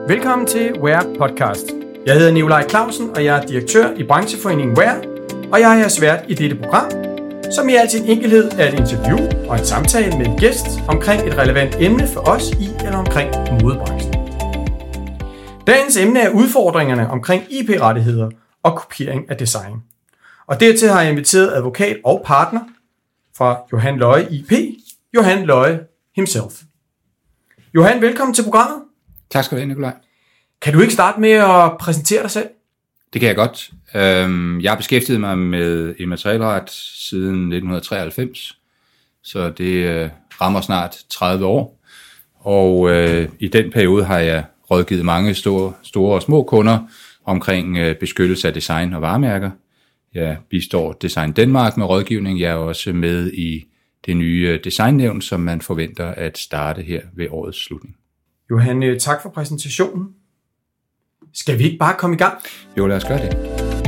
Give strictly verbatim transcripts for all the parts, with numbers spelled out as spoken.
Velkommen til Wear Podcast. Jeg hedder Nikolaj Clausen, og jeg er direktør i brancheforeningen Wear, og jeg er jeres vært i dette program, som i al sin enkelhed er et interview og en samtale med en gæst omkring et relevant emne for os i eller omkring modebranchen. Dagens emne er udfordringerne omkring I P-rettigheder og kopiering af design. Og dertil har jeg inviteret advokat og partner fra Johan Løje I P, Johan Løje himself. Johan, velkommen til programmet. Tak skal du have, Nikolaj. Kan du ikke starte med at præsentere dig selv? Det kan jeg godt. Jeg har beskæftiget mig med immaterialret siden nitten treoghalvfems, så det rammer snart tredive år. Og i den periode har jeg rådgivet mange store, store og små kunder omkring beskyttelse af design og varemærker. Jeg bistår Design Danmark med rådgivning. Jeg er også med i det nye designnævn, som man forventer at starte her ved årets slutning. Johan, tak for præsentationen. Skal vi ikke bare komme i gang? Jo, lad os gøre det.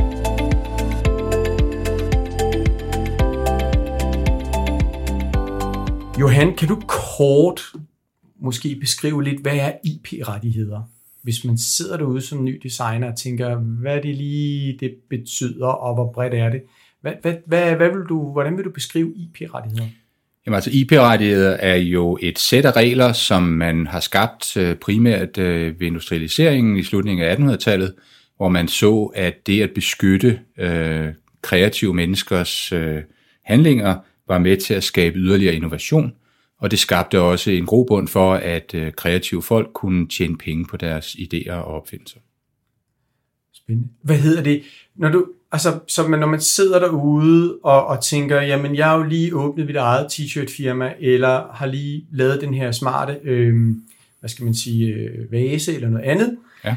Johan, kan du kort måske beskrive lidt, hvad er I P-rettigheder? Hvis man sidder derude som ny designer og tænker, hvad det lige det betyder, og hvor bredt er det? Hvad, hvad, hvad, hvad vil du, hvordan vil du beskrive I P-rettigheder? Jamen altså, I P-rettigheder er jo et sæt af regler, som man har skabt primært ved industrialiseringen i slutningen af attenhundredetallet, hvor man så, at det at beskytte øh, kreative menneskers øh, handlinger var med til at skabe yderligere innovation, og det skabte også en grobund for, at øh, kreative folk kunne tjene penge på deres idéer og opfindelser. Spændende. Hvad hedder det? Når du Altså, så når man sidder derude og, og tænker, jamen jeg har jo lige åbnet mit eget t-shirt firma, eller har lige lavet den her smarte, øh, hvad skal man sige, øh, vase eller noget andet. Ja.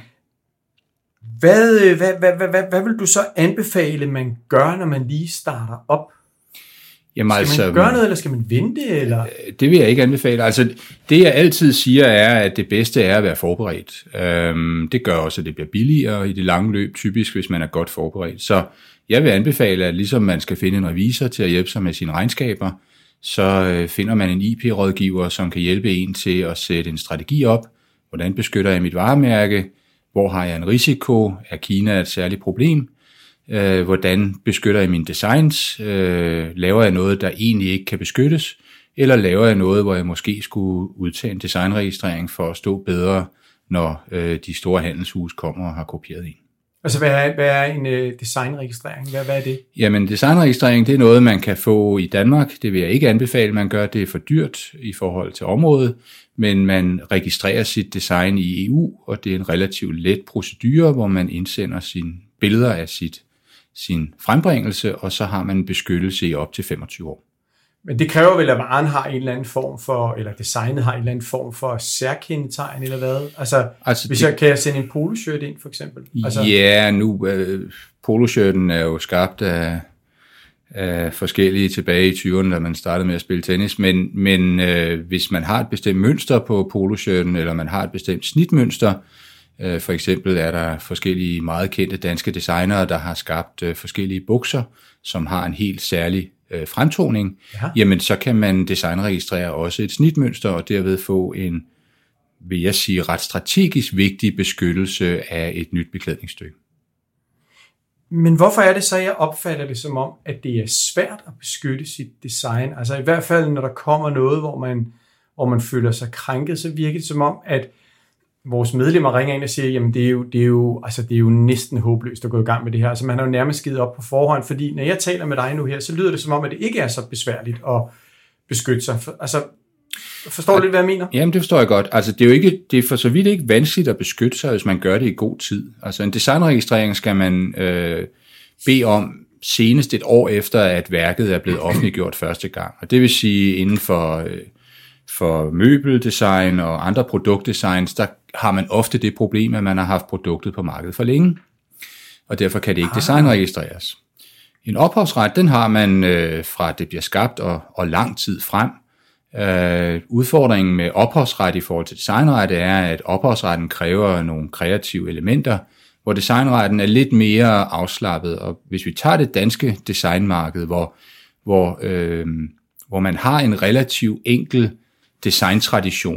Hvad, hvad, hvad, hvad, hvad, hvad vil du så anbefale, man gør, når man lige starter op? Jamen, skal altså, man gøre noget, eller skal man vente? Eller? Det vil jeg ikke anbefale. Altså, det jeg altid siger er, at det bedste er at være forberedt. Øhm, det gør også, at det bliver billigere i det lange løb, typisk hvis man er godt forberedt. Så jeg vil anbefale, at ligesom man skal finde en revisor til at hjælpe sig med sine regnskaber, så øh, finder man en I P-rådgiver, som kan hjælpe en til at sætte en strategi op. Hvordan beskytter jeg mit varemærke? Hvor har jeg en risiko? Er Kina et særligt problem? Øh, hvordan beskytter jeg mine designs? Øh, laver jeg noget, der egentlig ikke kan beskyttes? Eller laver jeg noget, hvor jeg måske skulle udtage en designregistrering for at stå bedre, når øh, de store handelshus kommer og har kopieret en? Altså, hvad er, hvad er en øh, designregistrering? Hvad, hvad er det? Jamen, designregistrering, det er noget, man kan få i Danmark. Det vil jeg ikke anbefale, man gør. Det er for dyrt i forhold til området. Men man registrerer sit design i E U, og det er en relativt let procedure, hvor man indsender sine billeder af sit sin frembringelse, og så har man en beskyttelse i op til femogtyve år. Men det kræver vel, at varen har en eller anden form for, eller designet har en eller anden form for særkendetegn, eller hvad? Altså, altså hvis det, jeg kan jeg sende en poloshirt ind, for eksempel? Altså, ja, nu, øh, poloshirten er jo skabt af, af forskellige tilbage i tyverne, da man startede med at spille tennis, men, men øh, hvis man har et bestemt mønster på poloshirten, eller man har et bestemt snitmønster, for eksempel er der forskellige meget kendte danske designere, der har skabt forskellige bukser, som har en helt særlig fremtoning. Ja. Jamen, så kan man designregistrere også et snitmønster, og derved få en, vil jeg sige, ret strategisk vigtig beskyttelse af et nyt beklædningsstykke. Men hvorfor er det så, jeg opfatter det som om, at det er svært at beskytte sit design? Altså i hvert fald, når der kommer noget, hvor man, hvor man føler sig krænket, så virker det som om, at vores medlemmer ringer ind og siger, jamen det er jo, det er jo, altså det er jo næsten håbløst at gå i gang med det her. Altså man har jo nærmest givet op på forhånd, fordi når jeg taler med dig nu her, så lyder det som om, at det ikke er så besværligt at beskytte sig. Altså, forstår du lidt, hvad jeg mener? Jamen det forstår jeg godt. Altså det er jo ikke, det er for så vidt ikke vanskeligt at beskytte sig, hvis man gør det i god tid. Altså en designregistrering skal man øh, bede om senest et år efter, at værket er blevet offentliggjort første gang. Og det vil sige inden for øh, For møbeldesign og andre produktdesigns, der har man ofte det problem, at man har haft produktet på markedet for længe, og derfor kan det ikke designregistreres. En ophavsret, den har man øh, fra det bliver skabt og, og lang tid frem. Øh, udfordringen med ophavsret i forhold til designret er, at ophavsretten kræver nogle kreative elementer, hvor designretten er lidt mere afslappet. Og hvis vi tager det danske designmarked, hvor, hvor, øh, hvor man har en relativt enkel designtradition,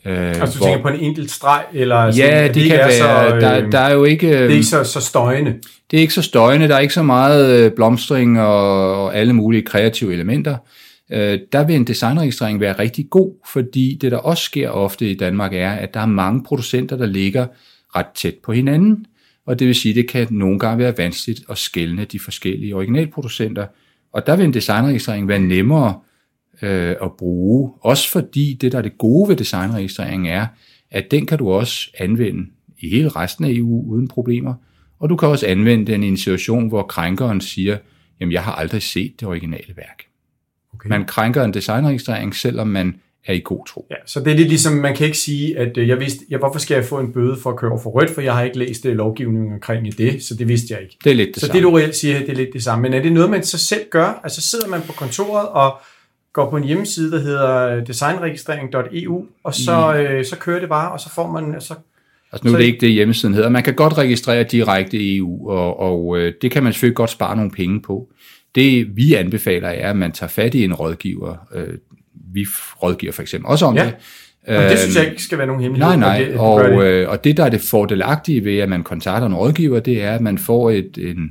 Øh, altså du hvor, tænker på en enkelt streg? Eller sådan, ja, det, det kan være. Så, øh, der, der er jo ikke, det er ikke så, så støjende. Det er ikke så støjende. Der er ikke så meget blomstring og, og alle mulige kreative elementer. Øh, der vil en designregistrering være rigtig god, fordi det, der også sker ofte i Danmark, er, at der er mange producenter, der ligger ret tæt på hinanden. Og det vil sige, at det kan nogle gange være vanskeligt at skelne de forskellige originalproducenter. Og der vil en designregistrering være nemmere øh, at bruge, også fordi det, der er det gode ved designregistreringen, er, at den kan du også anvende i hele resten af E U uden problemer. Og du kan også anvende den i en situation, hvor krænkeren siger, jamen jeg har aldrig set det originale værk. Okay. Man krænker en designregistrering, selvom man er i god tro. Ja, så det er lidt ligesom, man kan ikke sige, at jeg vidste, ja, hvorfor skal jeg få en bøde for at køre for rødt, for jeg har ikke læst lovgivningen omkring det, så det vidste jeg ikke. Det er lidt det så samme. det du reelt siger, det er lidt det samme. Men er det noget, man så selv gør? Altså sidder man på kontoret og går på en hjemmeside, der hedder designregistrering punktum e u, og så, mm. øh, så kører det bare, og så får man... Så, altså nu er det ikke det, hjemmesiden hedder. Man kan godt registrere direkte i E U, og, og øh, det kan man selvfølgelig godt spare nogle penge på. Det vi anbefaler er, at man tager fat i en rådgiver. Øh, vi rådgiver for eksempel også om ja. det. Jamen, det synes jeg ikke skal være nogen hemmelighed. Nej, nej, det, og, det. Øh, og det, der er det fordelagtige ved, at man kontakter en rådgiver, det er, at man får et, en,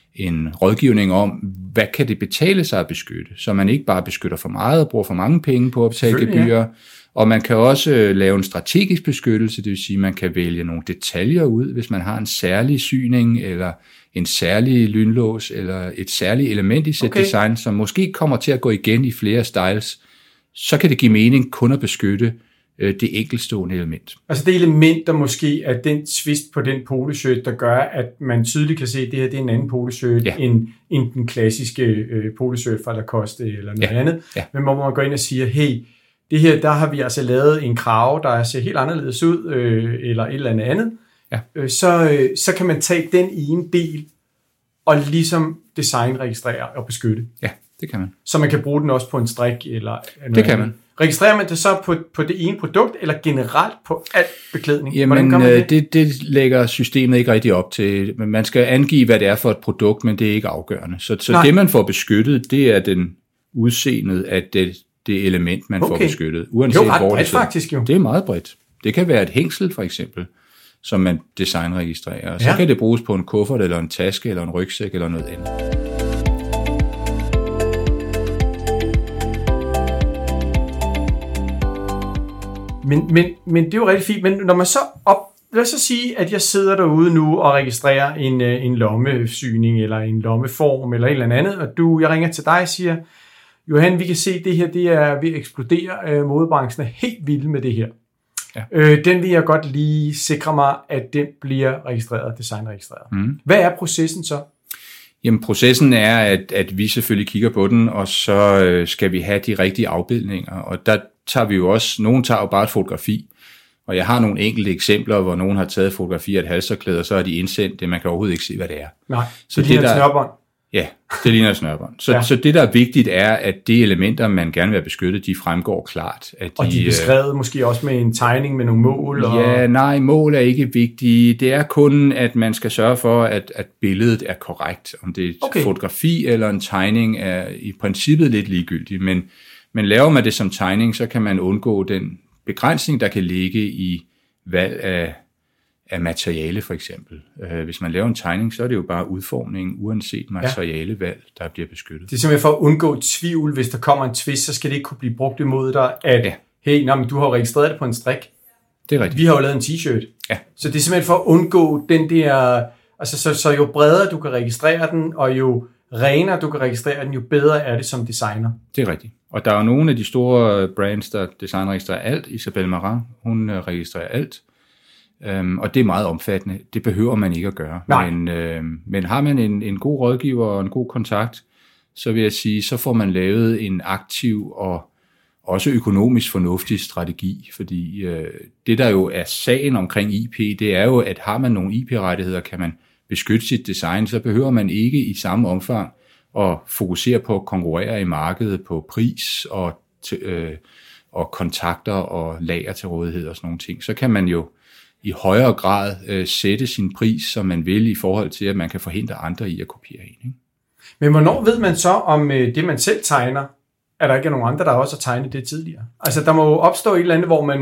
en rådgivning om, hvad kan det betale sig at beskytte, så man ikke bare beskytter for meget og bruger for mange penge på at betale gebyrer. Ja. Og man kan også lave en strategisk beskyttelse, det vil sige, at man kan vælge nogle detaljer ud, hvis man har en særlig syning, eller en særlig lynlås, eller et særligt element i sit okay. design, som måske kommer til at gå igen i flere styles, så kan det give mening kun at beskytte øh, det enkeltstående element. Altså det element, der måske er den twist på den poloshirt, der gør, at man tydeligt kan se, at det her det er en anden poloshirt, ja. end, end den klassiske øh, poloshirt fra Lacoste eller noget ja. andet. Ja. Men hvor man går ind og siger, hey, det her, der har vi altså lavet en krave, der ser helt anderledes ud, øh, eller et eller andet andet. Ja. Øh, så, øh, så kan man tage den ene del, og ligesom designregistrere og beskytte. Ja, det kan man. Så man kan bruge den også på en strik, eller noget det kan andet. Man. Registrerer man det så på, på det ene produkt, eller generelt på al beklædning? Jamen, det? Det, det lægger systemet ikke rigtig op til. Man skal angive, hvad det er for et produkt, men det er ikke afgørende. Så, så det, man får beskyttet, det er den udseendet af det, det element, man okay. får beskyttet. Uanset jo, ret hvor bredt det sidder. faktisk jo. Det er meget bredt. Det kan være et hængsel, for eksempel, som man designregistrerer. Og så ja. kan det bruges på en kuffert, eller en taske, eller en rygsæk, eller noget andet. Men, men, men det er jo rigtig fint. Men når man så op, lad os så sige, at jeg sidder derude nu og registrerer en, en lommesyning, eller en lommeform, eller et eller andet, og du, jeg ringer til dig og siger, Johan, vi kan se, at det her det er ved at eksplodere. Modebranchen er helt vild med det her. Ja. Øh, den vil jeg godt lige sikre mig, at den bliver registreret, designregistreret. Mm. Hvad er processen så? Jamen, processen er, at, at vi selvfølgelig kigger på den, og så øh, skal vi have de rigtige afbildninger. Og der tager vi jo også, nogen tager jo bare et fotografi, og jeg har nogle enkelte eksempler, hvor nogen har taget fotografi af et halstørklæde, og så har de indsendt det, man kan overhovedet ikke se, hvad det er. Nej, så det ligner et snørbånd. Ja, det ligner et snørbånd. Så, ja. så det, der er vigtigt, er, at de elementer, man gerne vil have beskyttet, de fremgår klart. At de, og de er beskrevet øh, måske også med en tegning med nogle mål? Og... Ja, nej, mål er ikke vigtige. Det er kun, at man skal sørge for, at, at billedet er korrekt. Om det er et okay. fotografi eller en tegning, er i princippet lidt ligegyldigt. Men, men laver man det som tegning, så kan man undgå den begrænsning, der kan ligge i valg af af materiale for eksempel. Hvis man laver en tegning, så er det jo bare udformning, uanset materialevalg, der bliver beskyttet. Det er simpelthen for at undgå tvivl, hvis der kommer en twist, så skal det ikke kunne blive brugt imod dig, at ja. hey, nej, men du har registreret det på en strik. Det er rigtigt. Vi har jo lavet en t-shirt. Ja. Så det er simpelthen for at undgå den der, altså så, så jo bredere du kan registrere den, og jo renere du kan registrere den, jo bedre er det som designer. Det er rigtigt. Og der er jo nogle af de store brands, der designregistrerer alt. Isabelle Marant, hun registrerer alt. Um, og det er meget omfattende. Det behøver man ikke at gøre. Men, øh, men har man en, en god rådgiver og en god kontakt, så vil jeg sige, så får man lavet en aktiv og også økonomisk fornuftig strategi. Fordi øh, det, der jo er sagen omkring I P, det er jo, at har man nogle I P-rettigheder, kan man beskytte sit design, så behøver man ikke i samme omfang at fokusere på at konkurrere i markedet på pris og, øh, og kontakter og lager til rådighed og sådan nogle ting. Så kan man jo i højere grad øh, sætte sin pris, som man vil, i forhold til, at man kan forhindre andre i at kopiere en. Ikke? Men hvornår ved man så, om øh, det, man selv tegner, er der ikke nogen andre, der også har tegnet det tidligere? Altså, der må jo opstå et eller andet, hvor man,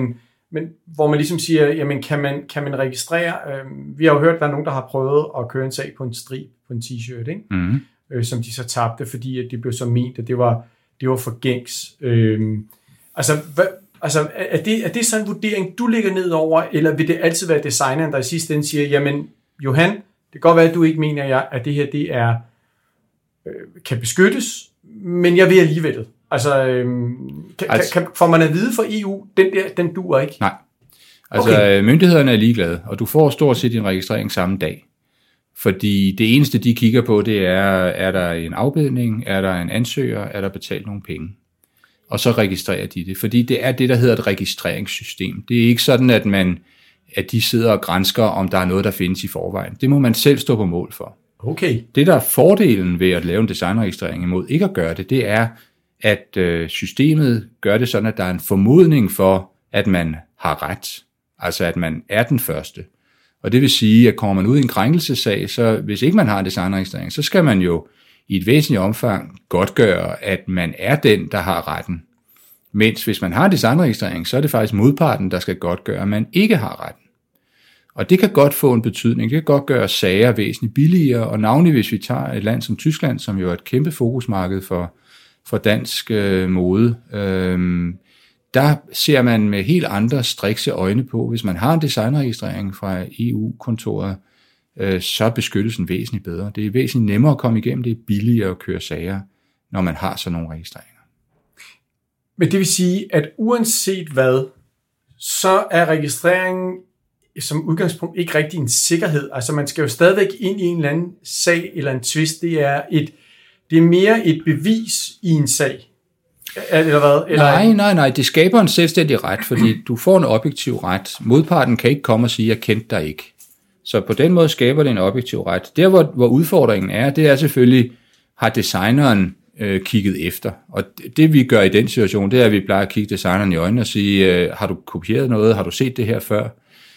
men hvor man ligesom siger, jamen kan man, kan man registrere, øh, vi har jo hørt, at der er nogen, der har prøvet at køre en sag på en strip, på en t-shirt, ikke? Mm. Øh, som de så tabte, fordi at det blev så ment, at det var, det var for gængs. Øh, altså, hvad, altså er, det, er det sådan en vurdering, du ligger ned over, eller vil det altid være designeren, der i sidste ende siger, jamen Johan, det kan godt være, at du ikke mener, at det her det er, øh, kan beskyttes, men jeg vil alligevel. Altså, øhm, kan, altså, kan, får man at vide fra E U, den der, den duer ikke? Nej. Altså, okay. Myndighederne er ligeglade, og du får stort set din registrering samme dag. Fordi det eneste, de kigger på, det er, er der en afbedning, er der en ansøger, er der betalt nogle penge. Og så registrerer de det, fordi det er det, der hedder et registreringssystem. Det er ikke sådan, at, man, at de sidder og gransker, om der er noget, der findes i forvejen. Det må man selv stå på mål for. Okay. Det, der er fordelen ved at lave en designregistrering imod ikke at gøre det, det er, at øh, systemet gør det sådan, at der er en formodning for, at man har ret. Altså, at man er den første. Og det vil sige, at kommer man ud i en krænkelsessag, så hvis ikke man har en designregistrering, så skal man jo i et væsentligt omfang godtgøre, at man er den, der har retten. Mens hvis man har designregistrering, så er det faktisk modparten, der skal godtgøre, at man ikke har retten. Og det kan godt få en betydning. Det kan godt gøre sager væsentligt billigere, og navnlig hvis vi tager et land som Tyskland, som jo er et kæmpe fokusmarked for, for dansk øh, mode, øh, der ser man med helt andre strikse øjne på, hvis man har en designregistrering fra E U-kontoret, øh, så er beskyttelsen væsentligt bedre. Det er væsentligt nemmere at komme igennem, det er billigere at køre sager, når man har sådan nogle registreringer. Men det vil sige, at uanset hvad, så er registreringen som udgangspunkt ikke rigtig en sikkerhed. Altså man skal jo stadigvæk ind i en eller anden sag eller en tvist. Det er, et, det er mere et bevis i en sag. Eller hvad? Eller nej, nej, nej. Det skaber en selvstændig ret, fordi du får en objektiv ret. Modparten kan ikke komme og sige, jeg kendte dig ikke. Så på den måde skaber det en objektiv ret. Der, hvor, hvor udfordringen er, det er selvfølgelig, har designeren øh, kigget efter. Og det, det vi gør i den situation, det er, at vi plejer at kigge designeren i øjnene og sige, øh, har du kopieret noget? Har du set det her før?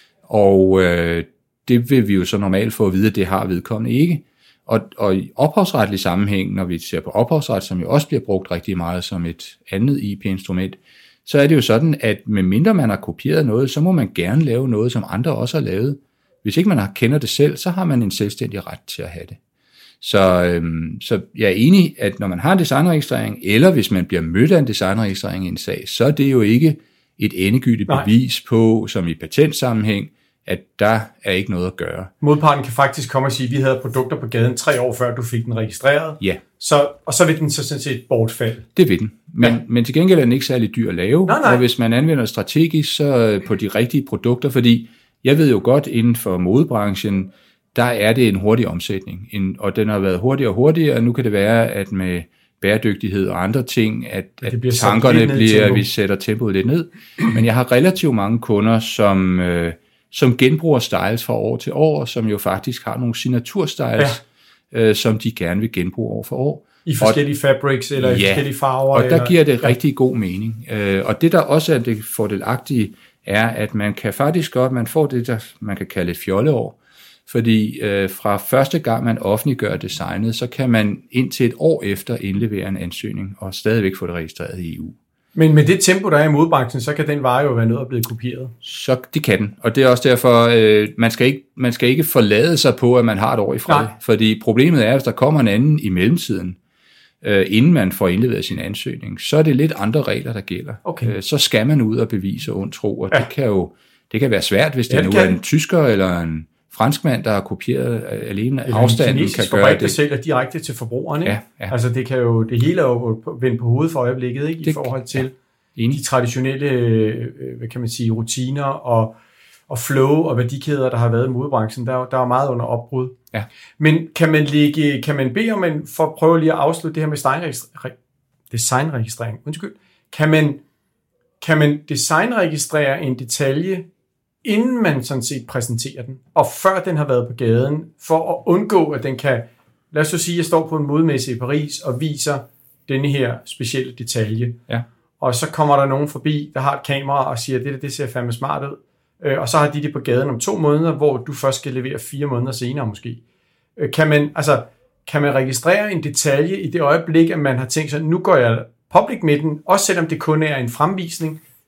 Og øh, det vil vi jo så normalt få at vide, at det har vedkommende ikke. Og, og i ophavsretlig sammenhæng, når vi ser på ophavsret, som jo også bliver brugt rigtig meget som et andet I P-instrument, så er det jo sådan, at medmindre man har kopieret noget, så må man gerne lave noget, som andre også har lavet. Hvis ikke man har kender det selv, så har man en selvstændig ret til at have det. Så, øhm, så jeg er enig, at når man har en designregistrering, eller hvis man bliver mødt af en designregistrering i en sag, så er det jo ikke et endegyldigt bevis på, som i patentsammenhæng, at der er ikke noget at gøre. Modparten kan faktisk komme og sige, at vi havde produkter på gaden tre år før du fik den registreret. Ja. Så, og så vil den så sådan set bortfalde. Det vil den. Men, ja. men til gengæld er den ikke særlig dyr at lave. Nej, nej. Og hvis man anvender strategisk, så på de rigtige produkter, fordi jeg ved jo godt, inden for modebranchen, der er det en hurtig omsætning. En, og den har været hurtigere og hurtigere, og nu kan det være, at med bæredygtighed og andre ting, at, at bliver tankerne bliver, at vi sætter tempoet lidt ned. Men jeg har relativt mange kunder, som... Øh, som genbruger styles fra år til år, som jo faktisk har nogle signaturstyles, ja. øh, som de gerne vil genbruge år for år. I forskellige og, fabrics eller i ja, forskellige farver. Og der eller, giver det ja. rigtig god mening. Øh, og det der også er det fordelagtige, er, at man kan faktisk godt, man får det, der man kan kalde et fjolleår, fordi øh, fra første gang man offentliggør designet, så kan man indtil et år efter indlevere en ansøgning, og stadigvæk få det registreret i E U. Men med det tempo, der er i modebranchen, så kan den vare jo være noget at blive kopieret. Så det kan den, og det er også derfor, øh, man, skal ikke, man skal ikke forlade sig på, at man har et år i fred. Fordi problemet er, at hvis der kommer en anden i mellemtiden, øh, inden man får indleveret sin ansøgning, så er det lidt andre regler, der gælder. Okay. Øh, så skal man ud og bevise ond tro, og ja. det kan jo det kan være svært, hvis det, ja, det nu er en tysker eller en franskmand, der har kopieret alene eller afstanden, kan gøre det. Det sælger direkte til forbrugerne. Ja, ja. Altså det kan jo, det hele er jo vendt på hovedet for øjeblikket, ikke? I det, forhold til ja, de traditionelle, hvad kan man sige, rutiner og, og flow og værdikæder, der har været i modebranchen. Der, der er meget under opbrud. Ja. Men kan man, lægge, kan man bede om, man for at prøve lige at afslutte det her med designregistrering, designregistrering undskyld, kan man, kan man designregistrere en detalje, inden man sådan set præsenterer den, og før den har været på gaden, for at undgå, at den kan, lad os så sige, at jeg står på en modemesse i Paris og viser denne her specielle detalje. Ja. Og så kommer der nogen forbi, der har et kamera og siger, at det, det ser fandme smart ud. Og så har de det på gaden om to måneder, hvor du først skal levere fire måneder senere måske. Kan man, altså, kan man registrere en detalje i det øjeblik, at man har tænkt sig, nu går jeg public med den, også selvom det kun er en fremvisning, ja.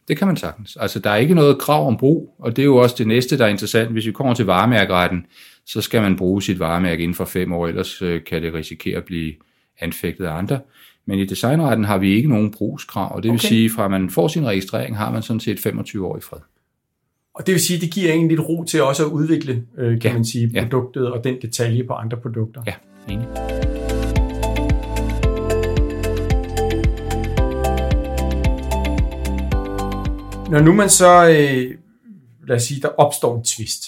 det kan man sagtens. Altså, der er ikke noget krav om brug, og det er jo også det næste, der er interessant. Hvis vi kommer til varemærkeretten, så skal man bruge sit varemærke inden for fem år, ellers kan det risikere at blive anfægtet af andre. Men i designretten har vi ikke nogen brugskrav, og det vil okay. sige, fra man får sin registrering, har man sådan set femogtyve år i fred. Og det vil sige, det giver egentlig lidt ro til også at udvikle, øh, kan ja. man sige, produktet ja. og den detalje på andre produkter. Ja, enig. Når nu man så, øh, lad os sige, der opstår en twist,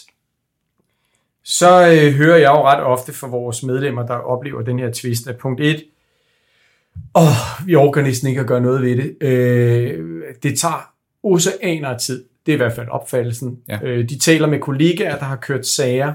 så øh, hører jeg jo ret ofte fra vores medlemmer, der oplever den her twist, at punkt et, åh, vi orker næsten ikke at gøre noget ved det. Øh, det tager oceaner af tid. Det er i hvert fald opfattelsen. Ja. Øh, de taler med kollegaer, der har kørt sager.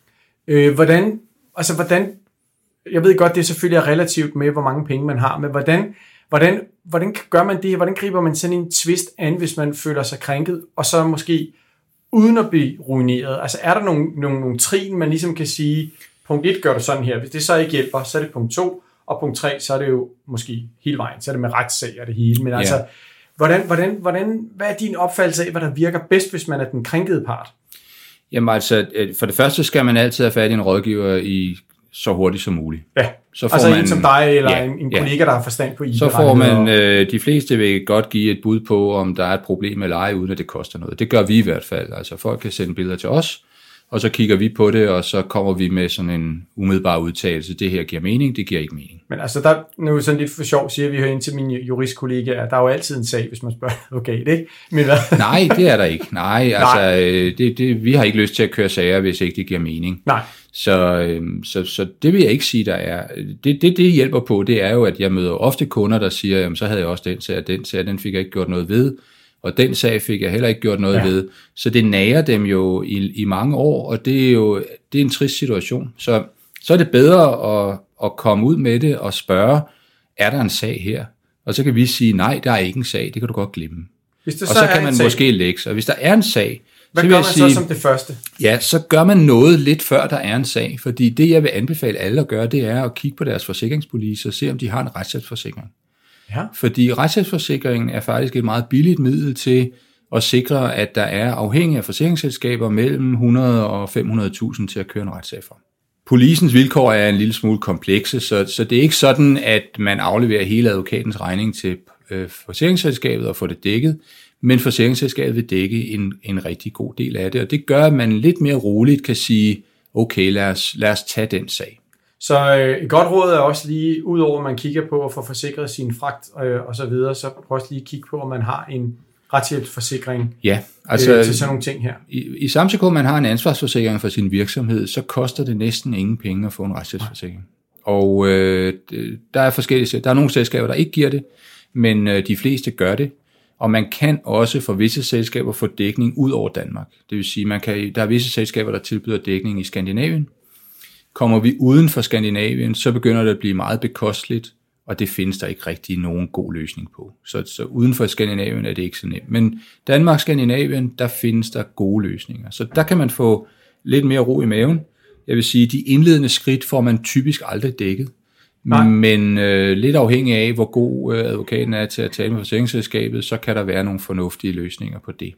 Øh, hvordan, altså hvordan, jeg ved godt, det er selvfølgelig relativt med, hvor mange penge man har, men hvordan, hvordan, hvordan gør man det? Hvordan griber man sådan en twist an, hvis man føler sig krænket, og så måske uden at blive ruineret? Altså er der nogle, nogle, nogle trin, man ligesom kan sige, punkt et gør du sådan her, hvis det så ikke hjælper, så er det punkt to, og punkt tre, så er det jo måske hele vejen, så er det med retssag og det hele, men yeah. altså, hvordan, hvordan, hvordan, hvad er din opfattelse af, hvad der virker bedst, hvis man er den krænkede part? Jamen altså, for det første skal man altid have fat i en rådgiver i så hurtigt som muligt. Ja, så får altså man, en som dig, eller ja, en, en kollega, ja. der har forstand på I T. Så får man, øh, de fleste vil godt give et bud på, om der er et problem eller ej, uden at det koster noget. Det gør vi i hvert fald. Altså folk kan sende billeder til os, og så kigger vi på det, og så kommer vi med sådan en umiddelbar udtalelse. Det her giver mening, det giver ikke mening. Men altså, der nu sådan lidt for sjov, siger vi hører ind til mine juristkollegaer, der er jo altid en sag, hvis man spørger advokat, ikke? Men hvad? Nej, det er der ikke. Nej, altså, Nej. Det, det, vi har ikke lyst til at køre sager, hvis ikke det giver mening. Nej. Så, så, så det vil jeg ikke sige, der er. Det, det, det hjælper på, det er jo, at jeg møder ofte kunder, der siger, jamen så havde jeg også den sag, den sag, den fik jeg ikke gjort noget ved. Og den sag fik jeg heller ikke gjort noget ja. ved. Så det nærer dem jo i, i mange år, og det er jo det er en trist situation. Så, så er det bedre at, at komme ud med det og spørge, er der en sag her? Og så kan vi sige, nej, der er ikke en sag, det kan du godt glemme. Hvis og så, så kan man sag, måske lægge sig. Og hvis der er en sag, hvad så gør man sige, så som det første? Ja, så gør man noget lidt før der er en sag. Fordi det, jeg vil anbefale alle at gøre, det er at kigge på deres forsikringspolice og se, om de har en retshjælpsforsikring. Ja. Fordi retshjælpsforsikringen er faktisk et meget billigt middel til at sikre, at der er afhængige af forsikringsselskaber mellem hundrede og fem hundrede tusind til at køre en retssag for. Policens vilkår er en lille smule komplekse, så, så det er ikke sådan, at man afleverer hele advokatens regning til øh, forsikringsselskabet og får det dækket, men forsikringsselskabet vil dække en, en rigtig god del af det, og det gør, at man lidt mere roligt kan sige, okay, lad os, lad os tage den sag. Så øh, et godt råd er også lige, udover at man kigger på at få forsikret sin fragt øh, og så videre, så prøv også lige at kigge på, om man har en retshjælpsforsikring ja, altså, øh, til sådan nogle ting her. I, i samtidig man har en ansvarsforsikring for sin virksomhed, så koster det næsten ingen penge at få en retshjælpsforsikring. Og øh, der er forskellige, der er nogle selskaber, der ikke giver det, men øh, de fleste gør det. Og man kan også for visse selskaber få dækning ud over Danmark. Det vil sige, man kan, der er visse selskaber, der tilbyder dækning i Skandinavien. Kommer vi uden for Skandinavien, så begynder det at blive meget bekosteligt, og det findes der ikke rigtig nogen god løsning på. Så, så uden for Skandinavien er det ikke så nemt. Men Danmark, Skandinavien, der findes der gode løsninger. Så der kan man få lidt mere ro i maven. Jeg vil sige, de indledende skridt får man typisk aldrig dækket. Nej. Men øh, lidt afhængig af, hvor god øh, advokaten er til at tale med forsikringsselskabet, så kan der være nogle fornuftige løsninger på det.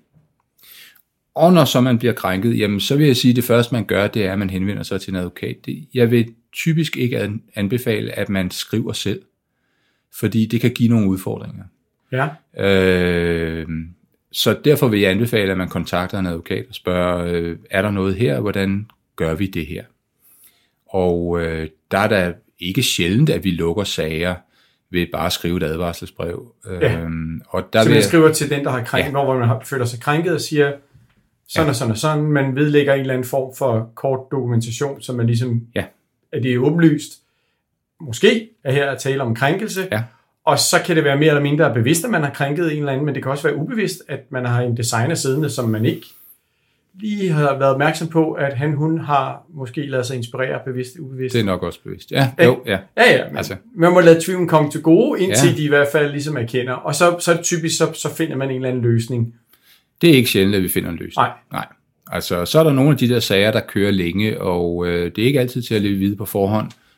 Og når så man bliver krænket, jamen så vil jeg sige, at det første man gør, det er, at man henvender sig til en advokat. Jeg vil typisk ikke anbefale, at man skriver selv, fordi det kan give nogle udfordringer. Ja. Øh, så derfor vil jeg anbefale, at man kontakter en advokat og spørger, øh, er der noget her, hvordan gør vi det her? Og øh, der er der ikke sjældent, at vi lukker sager ved bare at skrive et advarselsbrev. Ja. Øhm, og der så man vil... skriver til den, der har krænket, ja. hvor man har, føler sig krænket og siger, sådan ja. og sådan og sådan, man vedlægger en eller anden form for kort dokumentation, så man ligesom, ja. at det er oplyst, måske er her at tale om krænkelse, ja. og så kan det være mere eller mindre bevidst, at man har krænket en eller anden, men det kan også være ubevidst, at man har en designer siddende, som man ikke lige har været opmærksom på, at han, hun har måske ladet sig inspirere bevidst, ubevidst. Det er nok også bevidst. Ja, jo, ja. Ja, ja, men altså. Man må lade tvivlen komme til gode, indtil ja. de i hvert fald ligesom erkender. Og så, så typisk, så, så finder man en eller anden løsning. Det er ikke sjældent, at vi finder en løsning. Nej. Nej. Altså, så er der nogle af de der sager, der kører længe, og øh, det er ikke altid til at leve vide på forhånd,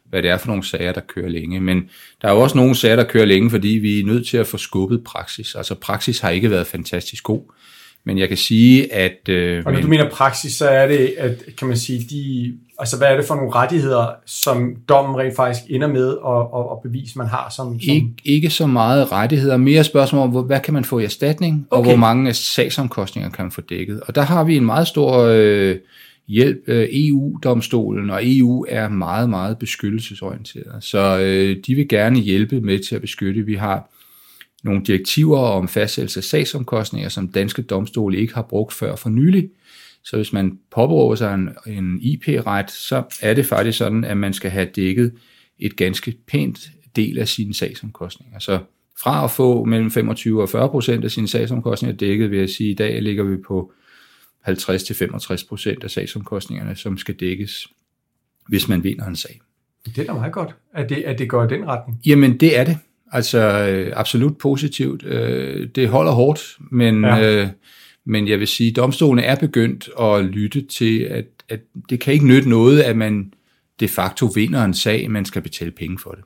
hvad det er for nogle sager, der kører længe. Men der er jo også nogle sager, der kører længe, fordi vi er nødt til at få skubbet praksis. Altså praksis har ikke været fantastisk god. Men jeg kan sige, at... Øh, og når men, du mener praksis, så er det, at, kan man sige, de, altså hvad er det for nogle rettigheder, som dommen rent faktisk ender med at, at, at bevise, man har som... som... Ikke, ikke så meget rettigheder, mere spørgsmål om, hvor, hvad kan man få i erstatning, okay. og hvor mange sagsomkostninger kan man få dækket. Og der har vi en meget stor øh, hjælp, øh, E U-domstolen, og E U er meget, meget beskyttelsesorienteret. Så øh, de vil gerne hjælpe med til at beskytte. Vi har nogle direktiver om fastsættelse af sagsomkostninger, som danske domstole ikke har brugt før for nylig. Så hvis man påberåber sig en, en I P-ret, så er det faktisk sådan, at man skal have dækket et ganske pænt del af sine sagsomkostninger. Så fra at få mellem femogtyve og fyrre procent af sine sagsomkostninger dækket, vil jeg sige, at i dag ligger vi på halvtreds til femogtres procent af sagsomkostningerne, som skal dækkes, hvis man vinder en sag. Det er da meget godt, at det, at det går i den retning. Jamen, det er det. Altså absolut positivt. Det holder hårdt, men, ja. øh, men jeg vil sige, at domstolene er begyndt at lytte til, at, at det kan ikke nytte noget, at man de facto vinder en sag, man skal betale penge for det.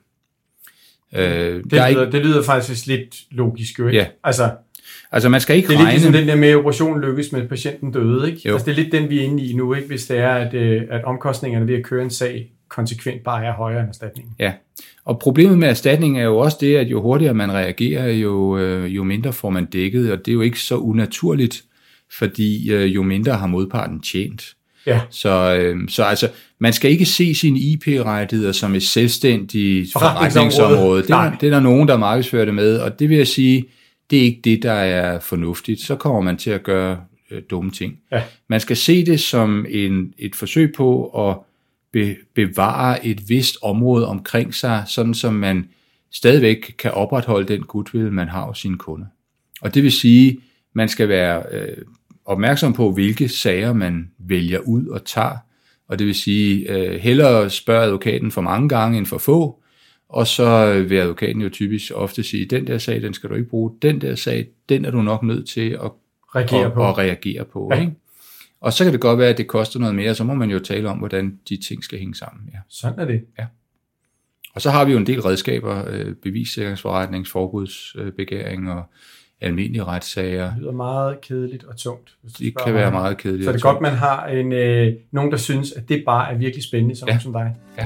Øh, det, lyder, ikke... det lyder faktisk lidt logisk, jo ikke? Ja. Altså, altså man skal ikke det er regne... lidt ligesom den der med, at operationen lykkes med patienten døde, ikke? Altså, det er lidt den, vi er inde i nu, ikke? Hvis det er, at, at omkostningerne ved at køre en sag konsekvent bare er højere end erstatningen. Ja, og problemet med erstatningen er jo også det, at jo hurtigere man reagerer, jo, jo mindre får man dækket, og det er jo ikke så unaturligt, fordi jo mindre har modparten tjent. Ja. Så, så altså, man skal ikke se sine I P-rettigheder som et selvstændigt forretningsområde. Det er, det er der nogen, der markedsfører det med, og det vil jeg sige, det er ikke det, der er fornuftigt. Så kommer man til at gøre øh, dumme ting. Ja. Man skal se det som en, et forsøg på at be, bevare et vist område omkring sig, sådan som man stadigvæk kan opretholde den goodwill, man har hos sine kunder. Og det vil sige, man skal være øh, opmærksom på, hvilke sager man vælger ud og tager. Og det vil sige, øh, hellere spørge advokaten for mange gange end for få, og så vil advokaten jo typisk ofte sige, den der sag, den skal du ikke bruge, den der sag, den er du nok nødt til at reagere og, på. Og reagere på Ja. Ikke? Og så kan det godt være, at det koster noget mere, så må man jo tale om, hvordan de ting skal hænge sammen. Ja. Sådan er det. Ja. Og så har vi jo en del redskaber, øh, bevissikringsforretning, forbudsbegæring og almindelige retssager. Det lyder meget kedeligt og tungt. Hvis Det kan være meget kedeligt. Så det er godt, man har en, øh, nogen, der synes, at det bare er virkelig spændende, sådan ja. som dig. Ja.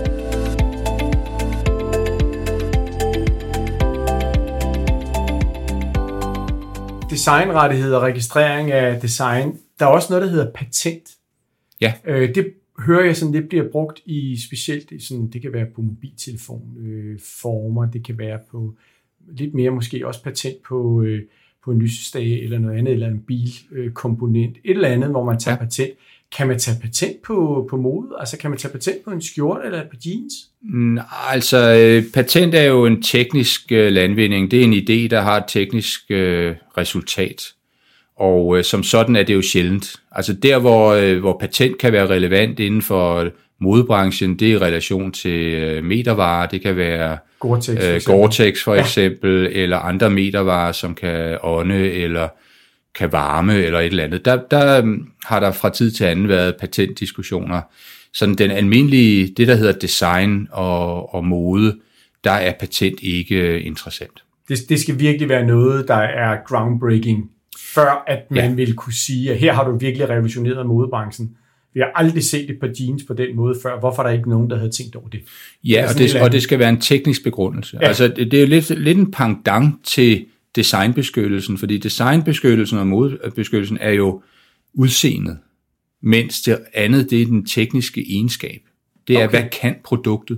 Designrettigheder, registrering af design. Der er også noget, der hedder patent. Ja. Øh, det hører jeg sådan, det bliver brugt i specielt, sådan, det kan være på mobiltelefonformer, øh, det kan være på lidt mere måske også patent på, øh, på en lysestage eller noget andet, eller en bilkomponent, øh, et eller andet, hvor man tager ja. patent. Kan man tage patent på, på mode? Altså kan man tage patent på en skjorte eller på jeans? Nej, altså øh, patent er jo en teknisk øh, landvinding. Det er en idé, der har et teknisk øh, resultat. Og øh, som sådan er det jo sjældent. Altså der, hvor, øh, hvor patent kan være relevant inden for modebranchen, det er i relation til øh, metervarer. Det kan være Gore-Tex for, øh, Gore-Tex for eksempel, ja. eller andre metervarer, som kan ånde eller kan varme eller et eller andet. Der, der har der fra tid til anden været patentdiskussioner. Sådan den almindelige, det der hedder design og, og mode, der er patent ikke interessant. Det, det skal virkelig være noget, der er groundbreaking, før at man ja. vil kunne sige, at her har du virkelig revolutioneret modebranchen. Vi har aldrig set et par jeans på den måde før. Hvorfor er der ikke nogen, der havde tænkt over det? Ja, og det, og det skal være en teknisk begrundelse. Ja. Altså, det er jo lidt, lidt en pendant til designbeskyttelsen, fordi designbeskyttelsen og modebeskyttelsen er jo udseendet, mens det andet, det er den tekniske egenskab. Det er, okay. hvad kan produktet?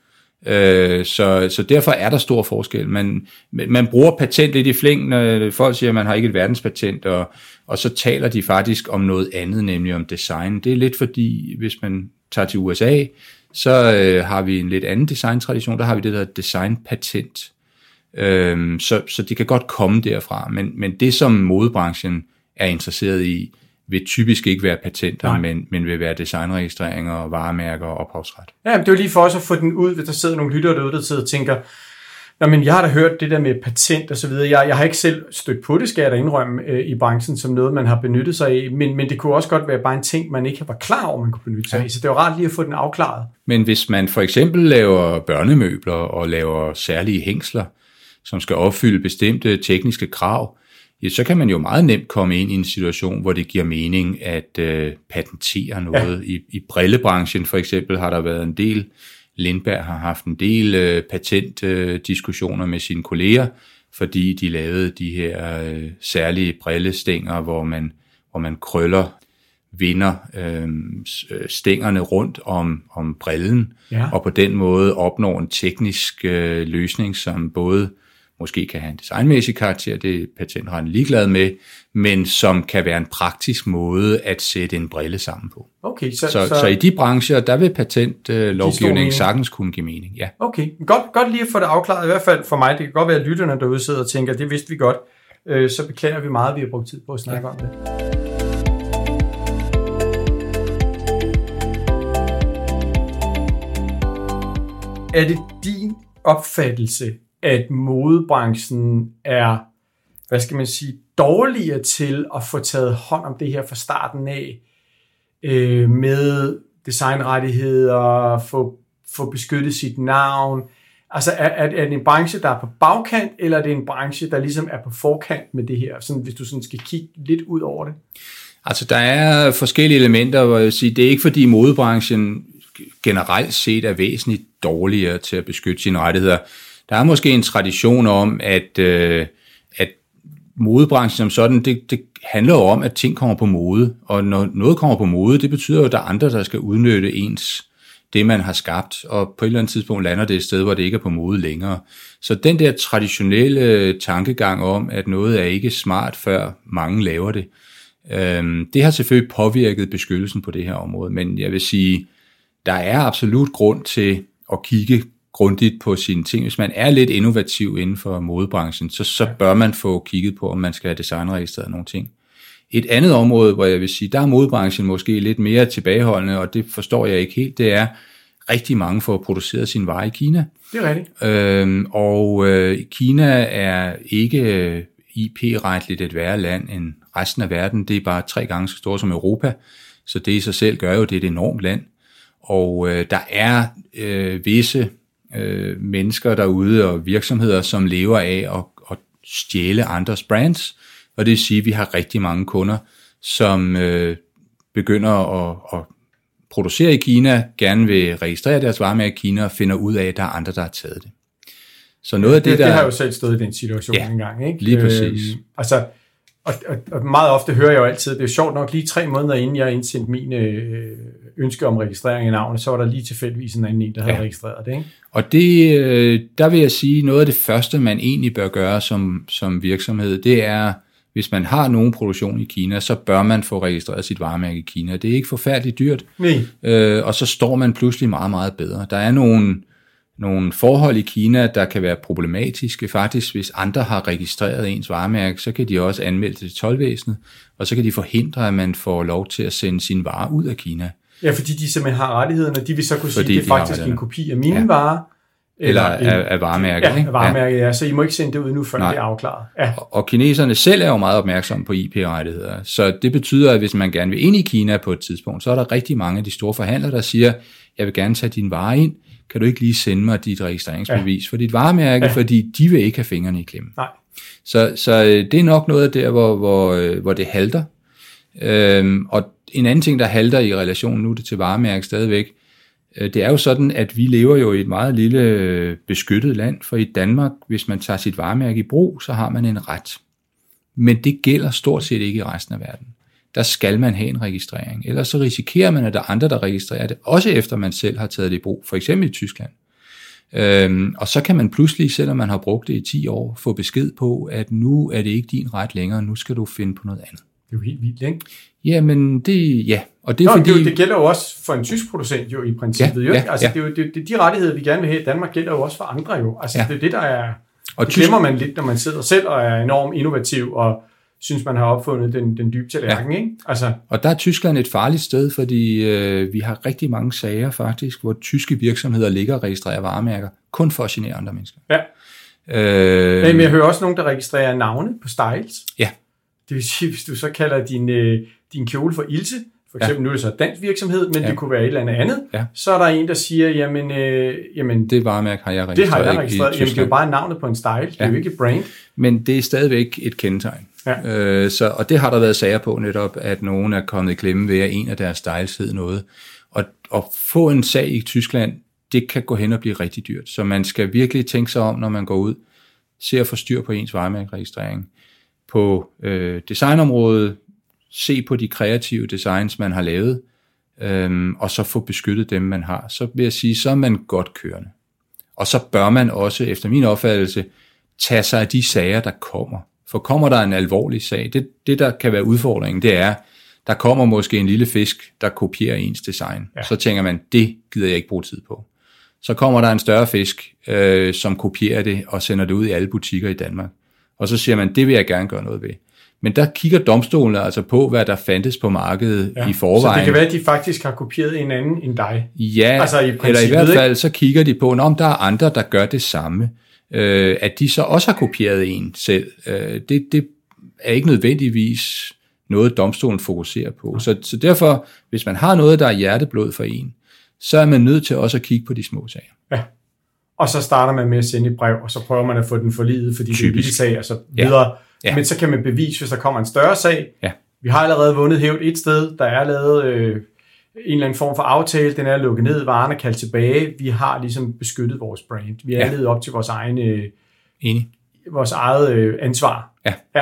Øh, så, så derfor er der stor forskel. Man, man bruger patent lidt i flæng, når folk siger, at man har ikke et verdenspatent, og, og så taler de faktisk om noget andet, nemlig om design. Det er lidt fordi, hvis man tager til U S A, så øh, har vi en lidt anden designtradition, der har vi det der designpatent. Øh, så, så det kan godt komme derfra, men, men det som modebranchen er interesseret i, vil typisk ikke være patenter, men, men vil være designregistreringer og varemærker og ophavsret. Ja, men det er jo lige for os at få den ud, hvis der sidder nogle lyttere derude, der sidder og tænker, Nå, men jeg har da hørt det der med patent og så videre. Jeg, jeg har ikke selv stødt på det, skal jeg da indrømme, øh, i branchen, som noget, man har benyttet sig af. Men, men det kunne også godt være bare en ting, man ikke var klar over, man kunne benytte sig af. Så det er jo rart lige at få den afklaret. Men hvis man for eksempel laver børnemøbler og laver særlige hængsler, som skal opfylde bestemte tekniske krav, ja, så kan man jo meget nemt komme ind i en situation, hvor det giver mening at øh, patentere noget. Ja. I, I brillebranchen for eksempel har der været en del, Lindberg har haft en del øh, patentdiskussioner øh, med sine kolleger, fordi de lavede de her øh, særlige brillestænger, hvor man, hvor man krøller vinder øh, stængerne rundt om, om brillen, ja. Og på den måde opnår en teknisk øh, løsning, som både måske kan have en designmæssig karakter, det er patentretten ligeglad med, men som kan være en praktisk måde at sætte en brille sammen på. Okay, så, så, så, så i de brancher, der vil patentlovgivningen sagtens kunne give mening. Ja. Okay, godt, godt lige at få det afklaret, i hvert fald for mig. Det kan godt være, at lytterne derude sidder og tænker, det vidste vi godt. Øh, så beklager vi meget, at vi har brugt tid på at snakke ja. om det. Er det din opfattelse, at modebranchen er, hvad skal man sige, dårligere til at få taget hånd om det her fra starten af, øh, med designrettigheder, få, få beskyttet sit navn? Altså er, er det en branche, der er på bagkant, eller er det en branche, der ligesom er på forkant med det her, sådan, hvis du sådan skal kigge lidt ud over det? Altså der er forskellige elementer, hvor jeg vil sige, det er ikke fordi modebranchen generelt set er væsentligt dårligere til at beskytte sine rettigheder. Der er måske en tradition om, at, øh, at modebranchen som sådan, det, det handler jo om, at ting kommer på mode. Og når noget kommer på mode, det betyder jo, at der er andre, der skal udnytte ens, det man har skabt. Og på et eller andet tidspunkt lander det et sted, hvor det ikke er på mode længere. Så den der traditionelle tankegang om, at noget er ikke smart, før mange laver det, øh, det har selvfølgelig påvirket beskyttelsen på det her område. Men jeg vil sige, der er absolut grund til at kigge grundigt på sine ting. Hvis man er lidt innovativ inden for modebranchen, så, så bør man få kigget på, om man skal have designregistreret nogle ting. Et andet område, hvor jeg vil sige, der er modebranchen måske lidt mere tilbageholdende, og det forstår jeg ikke helt, det er, rigtig mange får produceret sine varer i Kina. Det er rigtigt. Øhm, og øh, Kina er ikke I P-retligt et værre land end resten af verden. Det er bare tre gange så stort som Europa, så det i sig selv gør jo, det er et enormt land. Og øh, der er øh, visse øh, mennesker derude og virksomheder, som lever af at, at stjæle andres brands. Og det vil sige, at vi har rigtig mange kunder, som øh, begynder at, at producere i Kina, gerne vil registrere deres varemærke i Kina og finder ud af, at der er andre, der har taget det. Så noget af det, det, der... det har jo selv stået i den situation ja, engang, ikke? Lige præcis. Øhm, altså, og, og, og meget ofte hører jeg jo altid, det er sjovt nok, lige tre måneder inden jeg indsendte min øh, ønske om registrering af navnet, så var der lige tilfældigvis en anden en, der havde ja. registreret det, ikke? Og det, øh, der vil jeg sige, noget af det første, man egentlig bør gøre som, som virksomhed, det er, hvis man har nogen produktion i Kina, så bør man få registreret sit varemærke i Kina. Det er ikke forfærdeligt dyrt, Nej. Øh, og så står man pludselig meget, meget bedre. Der er nogle, nogle forhold i Kina, der kan være problematiske. Faktisk, hvis andre har registreret ens varemærke, så kan de også anmelde det til toldvæsenet, og så kan de forhindre, at man får lov til at sende sine varer ud af Kina. Ja, fordi de simpelthen har rettighederne, de vil så kunne fordi sige, det er faktisk en kopi af mine ja. varer. Eller, eller af, af varemærket. Ja, af varemærket, ja. ja. Så I må ikke sende det ud nu, før Nej. det er afklaret. Ja. Og, og kineserne selv er jo meget opmærksomme på I P-rettigheder. Så det betyder, at hvis man gerne vil ind i Kina på et tidspunkt, så er der rigtig mange af de store forhandlere, der siger, jeg vil gerne tage dine varer ind, kan du ikke lige sende mig dit registreringsbevis ja. for dit varemærke, ja. fordi de vil ikke have fingrene i klemme. Nej. Så, så det er nok noget af der, hvor, hvor, hvor det halter. Øhm, og en anden ting, der halter i relation nu til varemærke stadigvæk, det er jo sådan, at vi lever jo i et meget lille beskyttet land, for i Danmark, hvis man tager sit varemærke i brug, så har man en ret. Men det gælder stort set ikke i resten af verden. Der skal man have en registrering, ellers så risikerer man, at der er andre, der registrerer det, også efter man selv har taget det i brug, for eksempel i Tyskland. Øhm, og så kan man pludselig, selvom man har brugt det i ti år, få besked på, at nu er det ikke din ret længere, nu skal du finde på noget andet. Det er jo helt vildt, ikke? Jamen, det, ja. Og det, er Nå, fordi... det, det gælder jo også for en tysk producent jo i princippet. Ja, jo. ja, Altså, ja. det er jo det, det, de rettigheder, vi gerne vil have i Danmark, gælder jo også for andre jo. Altså, ja. det er det, der er... Og det glemmer man lidt, når man sidder selv og er enormt innovativ og synes, man har opfundet den, den dybe tallerken, ja. ikke? Altså... Og der er Tyskland et farligt sted, fordi øh, vi har rigtig mange sager faktisk, hvor tyske virksomheder ligger og registrerer varemærker, kun for at genere andre mennesker. Ja. Øh, Men jeg hører også nogen, der registrerer navne på styles. Ja. Det vil sige, hvis du så kalder din, øh, din kjole for Ilse, for eksempel, ja. Nu er det så dansk virksomhed, men ja. Det kunne være et eller andet andet, ja. Så er der en, der siger, jamen... Øh, jamen det varemærke har jeg registreret. Det har jeg registreret. Jamen, det er jo bare navnet på en style, det ja. Er jo ikke et brand. Men det er stadigvæk et kendetegn. Ja. Øh, så, og det har der været sager på netop, at nogen er kommet i klemme ved, at en af deres styles hed noget. Og at få en sag i Tyskland, det kan gå hen og blive rigtig dyrt. Så man skal virkelig tænke sig om, når man går ud, se at få styr på ens varemærkeregistrering. På øh, designområdet, se på de kreative designs, man har lavet, øhm, og så få beskyttet dem, man har. Så vil jeg sige, så er man godt kørende. Og så bør man også, efter min opfattelse, tage sig af de sager, der kommer. For kommer der en alvorlig sag, det, det der kan være udfordringen, det er, der kommer måske en lille fisk, der kopierer ens design. Ja. Så tænker man, det gider jeg ikke bruge tid på. Så kommer der en større fisk, øh, som kopierer det og sender det ud i alle butikker i Danmark. Og så siger man, det vil jeg gerne gøre noget ved. Men der kigger domstolene altså på, hvad der fandtes på markedet ja. I forvejen. Så det kan være, at de faktisk har kopieret en anden end dig? Ja, altså i eller i hvert fald så kigger de på, om der er andre, der gør det samme. Øh, at de så også har kopieret en selv. Øh, det, det er ikke nødvendigvis noget, domstolen fokuserer på. Ja. Så, så derfor, hvis man har noget, der er hjerteblod for en, så er man nødt til også at kigge på de små sager. Ja. Og så starter man med at sende et brev, og så prøver man at få den forliget, fordi Typisk. Det er en lille sag, og så videre. Ja. Ja. Men så kan man bevise, hvis der kommer en større sag. Ja. Vi har allerede vundet hævd et sted, der er lavet øh, en eller anden form for aftale, den er lukket ned, varen er kaldt tilbage. Vi har ligesom beskyttet vores brand. Vi er ja. Ledet op til vores egen, øh, Enig. vores eget øh, ansvar. Ja. Ja.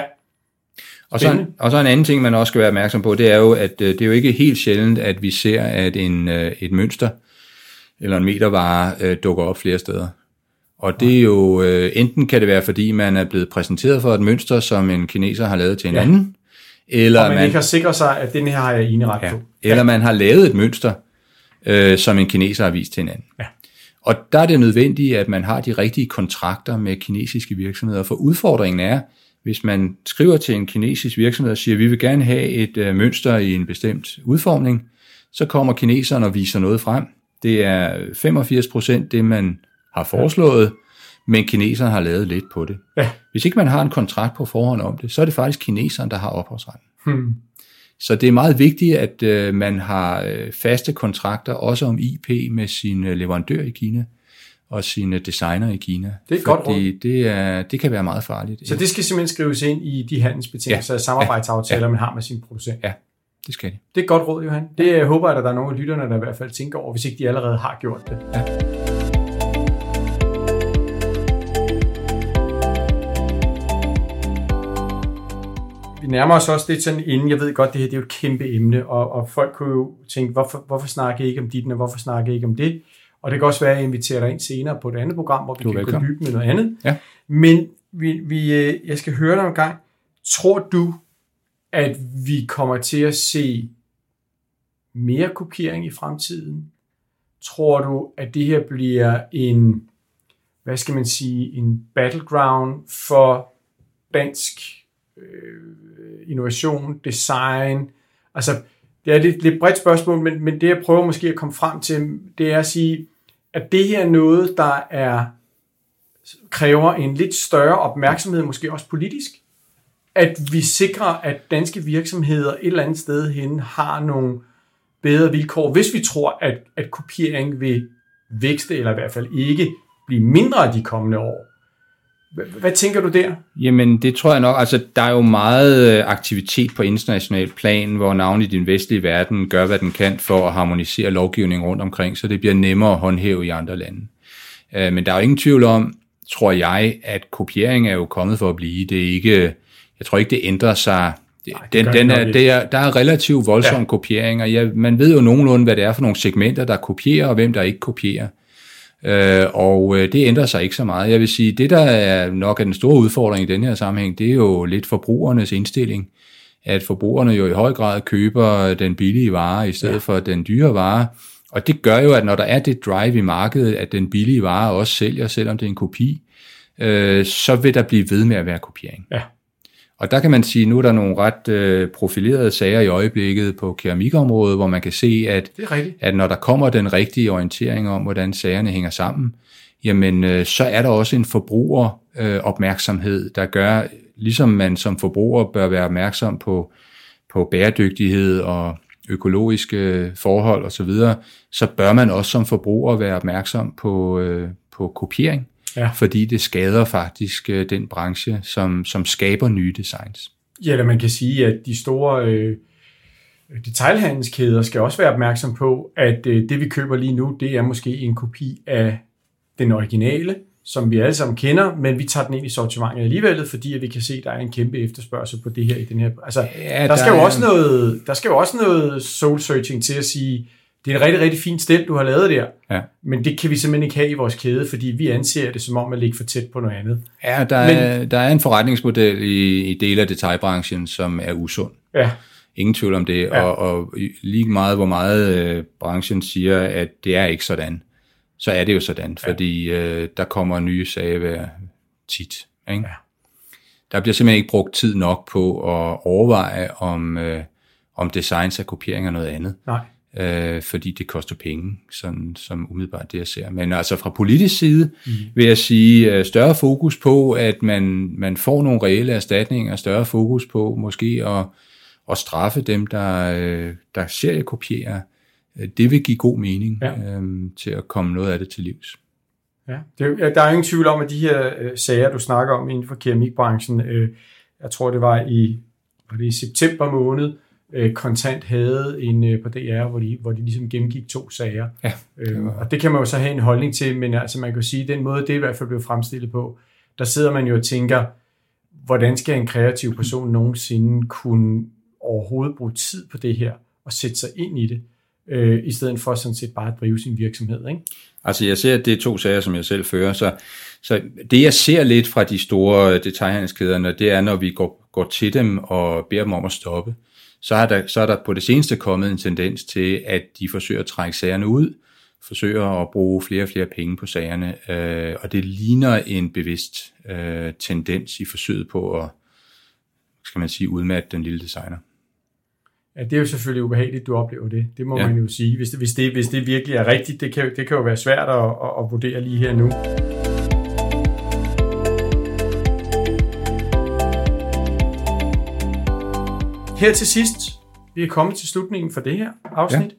Og så, en, og så en anden ting, man også skal være opmærksom på, det er jo, at øh, det er jo ikke helt sjældent, at vi ser, at en, øh, et mønster eller en metervare øh, dukker op flere steder. Og det er jo, øh, enten kan det være, fordi man er blevet præsenteret for et mønster, som en kineser har lavet til en ja. Anden. Eller og man, man ikke har sikret sig, at den her har jeg eneret ja. På. Ja. Eller man har lavet et mønster, øh, som en kineser har vist til en anden. Ja. Og der er det nødvendigt, at man har de rigtige kontrakter med kinesiske virksomheder. For udfordringen er, hvis man skriver til en kinesisk virksomhed og siger, at vi vil gerne have et øh, mønster i en bestemt udformning, så kommer kineseren og viser noget frem. Det er femogfirs procent det, man har foreslået, men kineserne har lavet lidt på det. Ja. Hvis ikke man har en kontrakt på forhånd om det, så er det faktisk kineseren, der har ophavsretten. Hmm. Så det er meget vigtigt, at øh, man har øh, faste kontrakter, også om I P med sine leverandører i Kina, og sine designer i Kina. Det er et godt råd. Det, er, det kan være meget farligt. Så det skal simpelthen skrives ind i de handelsbetingelser og ja. Samarbejdsaftaler, ja. Man har med sin producent? Ja, det skal det. Det er et godt råd, Johan. Det jeg håber jeg, at der er nogle af lytterne, der i hvert fald tænker over, hvis ikke de allerede har gjort det. Ja. Vi nærmer os også lidt sådan inden, jeg ved godt, det her det er jo et kæmpe emne, og, og folk kunne jo tænke, hvorfor, hvorfor snakker I ikke om dit, og hvorfor snakker I ikke om det? Og det kan også være, at jeg inviterer dig ind senere på et andet program, hvor vi kan velkommen. Gå dybt med noget andet. Ja. Men vi, vi, jeg skal høre dig en gang. Tror du, at vi kommer til at se mere kopiering i fremtiden? Tror du, at det her bliver en, hvad skal man sige, en battleground for dansk øh, innovation, design? Altså, det er et lidt, lidt bredt spørgsmål, men, men det jeg prøver måske at komme frem til, det er at sige, at det her er noget, der er, kræver en lidt større opmærksomhed, måske også politisk, at vi sikrer, at danske virksomheder et eller andet sted hen har nogle bedre vilkår, hvis vi tror, at, at kopiering vil vækste, eller i hvert fald ikke blive mindre de kommende år. Hvad tænker du der? Jamen, det tror jeg nok. Altså, der er jo meget aktivitet på international plan, hvor navnlig i den vestlige verden gør, hvad den kan for at harmonisere lovgivningen rundt omkring, så det bliver nemmere at håndhæve i andre lande. Men der er jo ingen tvivl om, tror jeg, at kopiering er jo kommet for at blive. Det er ikke, jeg tror ikke, det ændrer sig. Nej, den, den er, det er, der er relativt voldsomme ja. Kopieringer. Ja, man ved jo nogenlunde, hvad det er for nogle segmenter, der kopierer, og hvem der ikke kopierer. Øh, og det ændrer sig ikke så meget. Jeg vil sige, det der er nok er den store udfordring i den her sammenhæng, det er jo lidt forbrugernes indstilling. At forbrugerne jo i høj grad køber den billige vare i stedet ja. For den dyre vare. Og det gør jo, at når der er det drive i markedet, at den billige vare også sælger, selvom det er en kopi, øh, så vil der blive ved med at være kopiering. Ja. Og der kan man sige, at nu er der nogle ret øh, profilerede sager i øjeblikket på keramikområdet, hvor man kan se, at, at når der kommer den rigtige orientering om, hvordan sagerne hænger sammen, jamen øh, så er der også en forbrugeropmærksomhed, øh, der gør, ligesom man som forbruger bør være opmærksom på, på bæredygtighed og økologiske forhold osv., så, så bør man også som forbruger være opmærksom på, øh, på kopiering, ja. Fordi det skader faktisk øh, den branche, som, som skaber nye designs. Ja, eller man kan sige, at de store øh, detailhandelskæder skal også være opmærksom på, at øh, det vi køber lige nu, det er måske en kopi af den originale, som vi alle sammen kender, men vi tager den ind i sortimentet alligevel, fordi at vi kan se, at der er en kæmpe efterspørgsel på det her i den her. Altså, ja, der, der skal jo også noget, der skal jo også noget soul searching til at sige, det er en rigtig, rigtig fin stil, du har lavet der, ja. Men det kan vi simpelthen ikke have i vores kæde, fordi vi anser det som om at ligge for tæt på noget andet. Ja, der er, men, der er en forretningsmodel i, i dele af detailbranchen, som er usund. Ja. Ingen tvivl om det, ja. og, og lige meget, hvor meget øh, branchen siger, at det er ikke sådan, så er det jo sådan, fordi øh, der kommer nye sager hver tit. Ikke? Ja. Der bliver simpelthen ikke brugt tid nok på at overveje, om, øh, om designs og kopiering er noget andet. Nej. Øh, fordi det koster penge, sådan, som umiddelbart det jeg ser. Men altså fra politisk side mm. vil jeg sige uh, større fokus på, at man, man får nogle reelle erstatninger, større fokus på måske at, at straffe dem, der, uh, der seriekopierer. Uh, det vil give god mening ja. um, til at komme noget af det til livs. Ja, det, der er ingen tvivl om, at de her uh, sager, du snakker om inden for keramikbranchen, uh, jeg tror det var i, var det i september måned, Kontant havde en på D R, hvor de, hvor de ligesom gennemgik to sager. Ja, det var... Og det kan man jo så have en holdning til, men altså man kan sige, at den måde, det i hvert fald blev fremstillet på, der sidder man jo og tænker, hvordan skal en kreativ person nogensinde kunne overhovedet bruge tid på det her, og sætte sig ind i det, øh, i stedet for sådan set bare at drive sin virksomhed, ikke? Altså jeg ser, at det er to sager, som jeg selv fører, så, så det jeg ser lidt fra de store detailhandelskæderne, det er, når vi går, går til dem og beder dem om at stoppe, Så er, der, så er der på det seneste kommet en tendens til, at de forsøger at trække sagerne ud, forsøger at bruge flere og flere penge på sagerne, øh, og det ligner en bevidst øh, tendens i forsøget på at, skal man sige, udmatte den lille designer. Ja, det er jo selvfølgelig ubehageligt, du oplever det. Det må ja. man jo sige. Hvis det, hvis, det, hvis det virkelig er rigtigt, det kan, det kan jo være svært at, at, at vurdere lige her nu. Her til sidst, vi er kommet til slutningen for det her afsnit. Ja.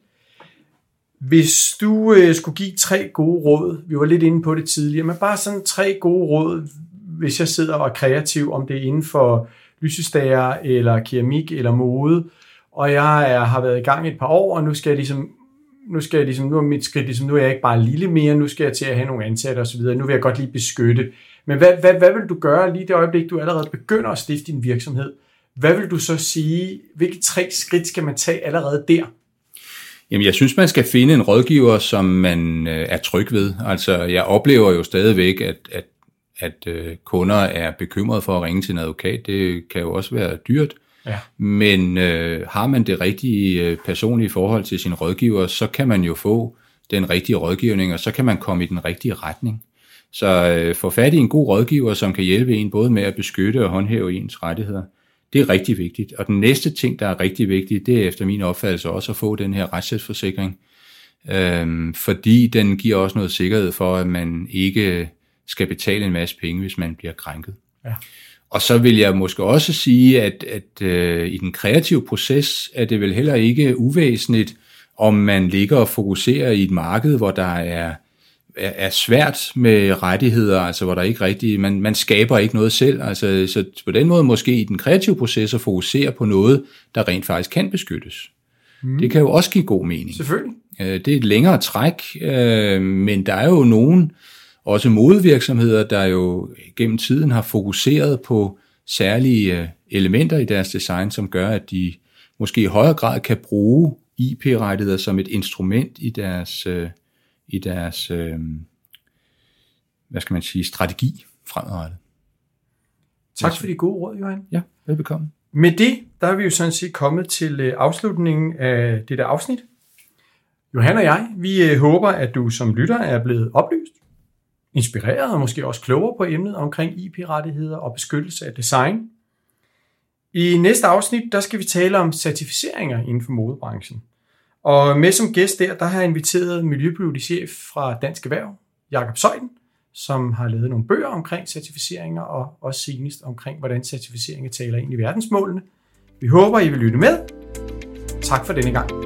Hvis du øh, skulle give tre gode råd, vi var lidt inde på det tidligere, men bare sådan tre gode råd, hvis jeg sidder og er kreativ, om det er inden for lysestager, eller keramik, eller mode, og jeg er, har været i gang et par år, og nu skal jeg ligesom, nu skal jeg ligesom, nu er mit skridt ligesom, nu er jeg ikke bare lille mere, nu skal jeg til at have nogle ansatte osv., nu vil jeg godt lige beskytte. Men hvad, hvad, hvad vil du gøre lige det øjeblik, du allerede begynder at stifte din virksomhed? Hvad vil du så sige, hvilke tre skridt skal man tage allerede der? Jamen, jeg synes, man skal finde en rådgiver, som man øh, er tryg ved. Altså, jeg oplever jo stadigvæk, at, at, at øh, kunder er bekymrede for at ringe til en advokat. Det kan jo også være dyrt. Ja. Men øh, har man det rigtige øh, personlige forhold til sin rådgiver, så kan man jo få den rigtige rådgivning, og så kan man komme i den rigtige retning. Så øh, få fat i en god rådgiver, som kan hjælpe en både med at beskytte og håndhæve ens rettigheder. Det er rigtig vigtigt. Og den næste ting, der er rigtig vigtigt, det er efter min opfattelse også at få den her retshjælpsforsikring. Øhm, fordi den giver også noget sikkerhed for, at man ikke skal betale en masse penge, hvis man bliver krænket. Ja. Og så vil jeg måske også sige, at, at øh, i den kreative proces er det vel heller ikke uvæsentligt, om man ligger og fokuserer i et marked, hvor der er er svært med rettigheder, altså hvor der ikke rigtig, man, man skaber ikke noget selv, altså så på den måde måske i den kreative proces at fokusere på noget, der rent faktisk kan beskyttes. Mm. Det kan jo også give god mening. Selvfølgelig. Det er et længere træk, men der er jo nogen, også modevirksomheder, der jo gennem tiden har fokuseret på særlige elementer i deres design, som gør, at de måske i højere grad kan bruge I P-rettigheder som et instrument i deres i deres, øh, hvad skal man sige, strategi fremadrettet. Tak for de gode råd, Johan. Ja, velbekomme. Med det, der er vi jo sådan set kommet til øh, afslutningen af dette afsnit. Johan og jeg, vi øh, håber, at du som lytter er blevet oplyst, inspireret og måske også klogere på emnet omkring I P-rettigheder og beskyttelse af design. I næste afsnit, der skal vi tale om certificeringer inden for modebranchen. Og med som gæst der, der har jeg inviteret miljøpolitisk chef fra Dansk Erhverv, Jakob Zeuthen, som har lavet nogle bøger omkring certificeringer, og også senest omkring, hvordan certificeringer taler ind i verdensmålene. Vi håber, I vil lytte med. Tak for denne gang.